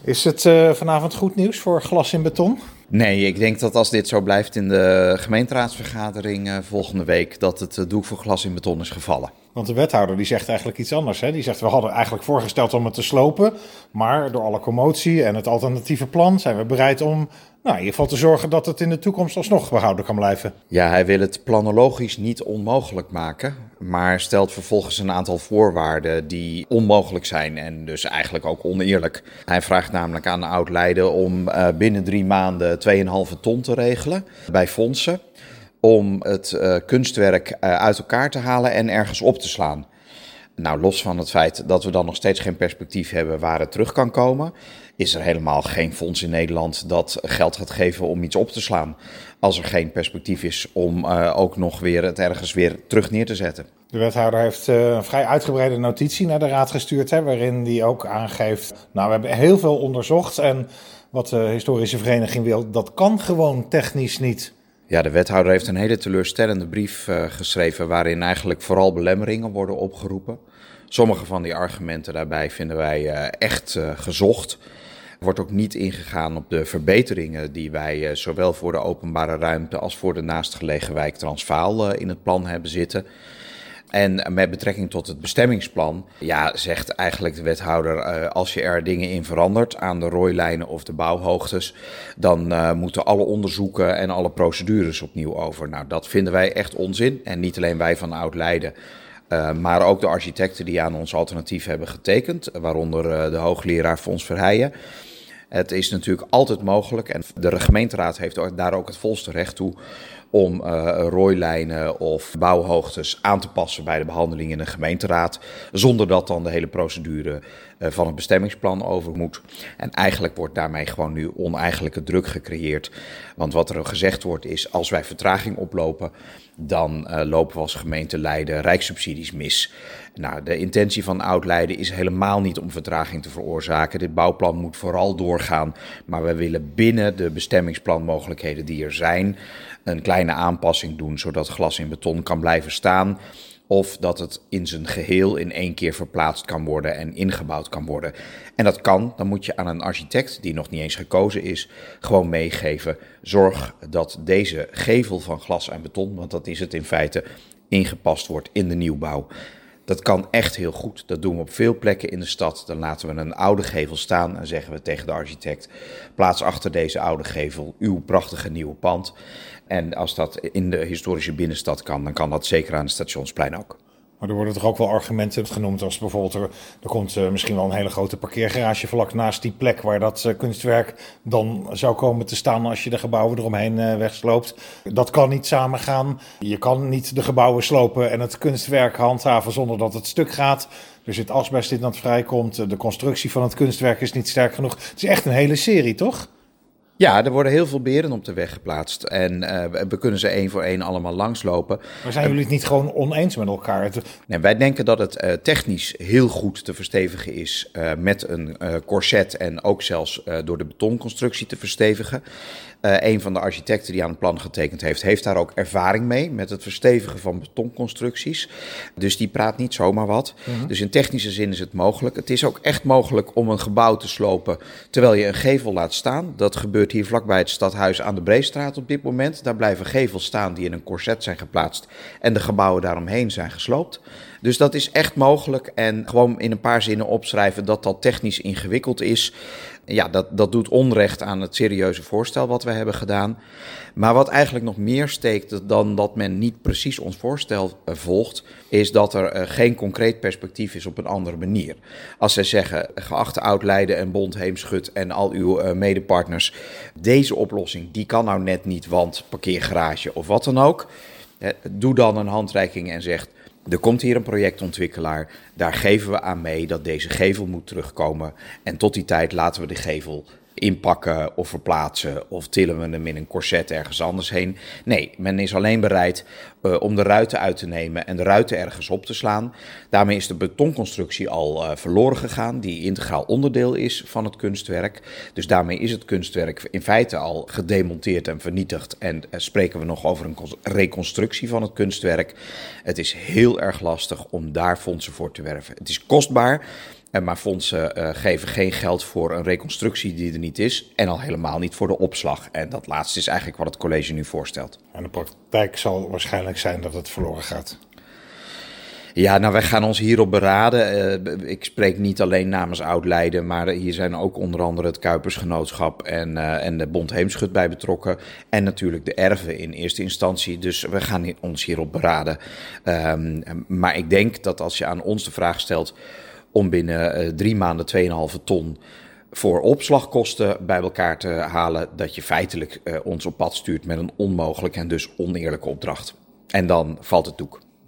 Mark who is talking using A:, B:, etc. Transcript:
A: Is het vanavond goed nieuws voor glas in beton?
B: Nee, ik denk dat als dit zo blijft in de gemeenteraadsvergadering volgende week, dat het doek voor glas in beton is gevallen.
A: Want de wethouder die zegt eigenlijk iets anders. Hè? Die zegt, we hadden eigenlijk voorgesteld om het te slopen. Maar door alle commotie en het alternatieve plan zijn we bereid om in ieder geval te zorgen dat het in de toekomst alsnog behouden kan blijven.
B: Ja, hij wil het planologisch niet onmogelijk maken, maar stelt vervolgens een aantal voorwaarden die onmogelijk zijn en dus eigenlijk ook oneerlijk. Hij vraagt namelijk aan Oud-Leiden om binnen 3 maanden 2,5 ton te regelen bij fondsen, om het kunstwerk uit elkaar te halen en ergens op te slaan. Nou, los van het feit dat we dan nog steeds geen perspectief hebben waar het terug kan komen, is er helemaal geen fonds in Nederland dat geld gaat geven om iets op te slaan, als er geen perspectief is om ook nog weer het ergens weer terug neer te zetten.
A: De wethouder heeft een vrij uitgebreide notitie naar de raad gestuurd, waarin hij ook aangeeft, we hebben heel veel onderzocht en wat de historische vereniging wil, dat kan gewoon technisch niet.
B: Ja, de wethouder heeft een hele teleurstellende brief geschreven waarin eigenlijk vooral belemmeringen worden opgeroepen. Sommige van die argumenten daarbij vinden wij echt gezocht. Er wordt ook niet ingegaan op de verbeteringen die wij zowel voor de openbare ruimte als voor de naastgelegen wijk Transvaal in het plan hebben zitten. En met betrekking tot het bestemmingsplan, zegt eigenlijk de wethouder, als je er dingen in verandert aan de rooilijnen of de bouwhoogtes, dan moeten alle onderzoeken en alle procedures opnieuw over. Nou, dat vinden wij echt onzin. En niet alleen wij van Oud-Leiden, maar ook de architecten die aan ons alternatief hebben getekend, waaronder de hoogleraar Fons Verheijen. Het is natuurlijk altijd mogelijk en de gemeenteraad heeft daar ook het volste recht toe om rooilijnen of bouwhoogtes aan te passen bij de behandeling in de gemeenteraad, zonder dat dan de hele procedure van het bestemmingsplan over moet. En eigenlijk wordt daarmee gewoon nu oneigenlijke druk gecreëerd. Want wat er gezegd wordt is, als wij vertraging oplopen, dan lopen we als gemeente Leiden rijkssubsidies mis. Nou, de intentie van Oud-Leiden is helemaal niet om vertraging te veroorzaken. Dit bouwplan moet vooral doorgaan, maar we willen binnen de bestemmingsplanmogelijkheden die er zijn een kleine aanpassing doen, zodat glas in beton kan blijven staan, of dat het in zijn geheel in 1 keer verplaatst kan worden en ingebouwd kan worden. En dat kan, dan moet je aan een architect, die nog niet eens gekozen is, gewoon meegeven. Zorg dat deze gevel van glas en beton, want dat is het in feite, ingepast wordt in de nieuwbouw. Dat kan echt heel goed. Dat doen we op veel plekken in de stad. Dan laten we een oude gevel staan en zeggen we tegen de architect, plaats achter deze oude gevel uw prachtige nieuwe pand. En als dat in de historische binnenstad kan, dan kan dat zeker aan het Stationsplein ook.
A: Maar er worden toch ook wel argumenten genoemd als bijvoorbeeld er komt misschien wel een hele grote parkeergarage vlak naast die plek waar dat kunstwerk dan zou komen te staan als je de gebouwen eromheen wegsloopt. Dat kan niet samengaan. Je kan niet de gebouwen slopen en het kunstwerk handhaven zonder dat het stuk gaat. Er zit asbest in dat vrijkomt. De constructie van het kunstwerk is niet sterk genoeg. Het is echt een hele serie, toch?
B: Ja, er worden heel veel beren op de weg geplaatst en we kunnen ze 1 voor 1 allemaal langslopen.
A: Maar zijn jullie het niet gewoon oneens met elkaar?
B: Nee, wij denken dat het technisch heel goed te verstevigen is met een corset en ook zelfs door de betonconstructie te verstevigen. Een van de architecten die aan het plan getekend heeft daar ook ervaring mee met het verstevigen van betonconstructies. Dus die praat niet zomaar wat. Mm-hmm. Dus in technische zin is het mogelijk. Het is ook echt mogelijk om een gebouw te slopen terwijl je een gevel laat staan. Dat gebeurt hier vlakbij het stadhuis aan de Breestraat op dit moment. Daar blijven gevels staan die in een corset zijn geplaatst en de gebouwen daaromheen zijn gesloopt. Dus dat is echt mogelijk en gewoon in een paar zinnen opschrijven dat dat technisch ingewikkeld is. Ja, dat doet onrecht aan het serieuze voorstel wat we hebben gedaan. Maar wat eigenlijk nog meer steekt dan dat men niet precies ons voorstel volgt, is dat er geen concreet perspectief is op een andere manier. Als zij zeggen, geachte Oud-Leiden en Bond Heemschut en al uw medepartners, deze oplossing die kan nou net niet, want parkeergarage of wat dan ook. Doe dan een handreiking en zegt, er komt hier een projectontwikkelaar, daar geven we aan mee dat deze gevel moet terugkomen. En tot die tijd laten we de gevel inpakken of verplaatsen of tillen we hem in een corset ergens anders heen. Nee, men is alleen bereid om de ruiten uit te nemen en de ruiten ergens op te slaan. Daarmee is de betonconstructie al verloren gegaan, die integraal onderdeel is van het kunstwerk. Dus daarmee is het kunstwerk in feite al gedemonteerd en vernietigd en spreken we nog over een reconstructie van het kunstwerk. Het is heel erg lastig om daar fondsen voor te werven. Het is kostbaar. Maar fondsen geven geen geld voor een reconstructie die er niet is. En al helemaal niet voor de opslag. En dat laatste is eigenlijk wat het college nu voorstelt.
A: En de praktijk zal waarschijnlijk zijn dat het verloren gaat.
B: Ja, nou, wij gaan ons hierop beraden. Ik spreek niet alleen namens Oud-Leiden, maar hier zijn ook onder andere het Kuipersgenootschap en de Bond Heemschut bij betrokken. En natuurlijk de erven in eerste instantie. Dus we gaan ons hierop beraden. Maar ik denk dat als je aan ons de vraag stelt om binnen 3 maanden 2,5 ton voor opslagkosten bij elkaar te halen, dat je feitelijk ons op pad stuurt met een onmogelijke en dus oneerlijke opdracht. En dan valt het doek.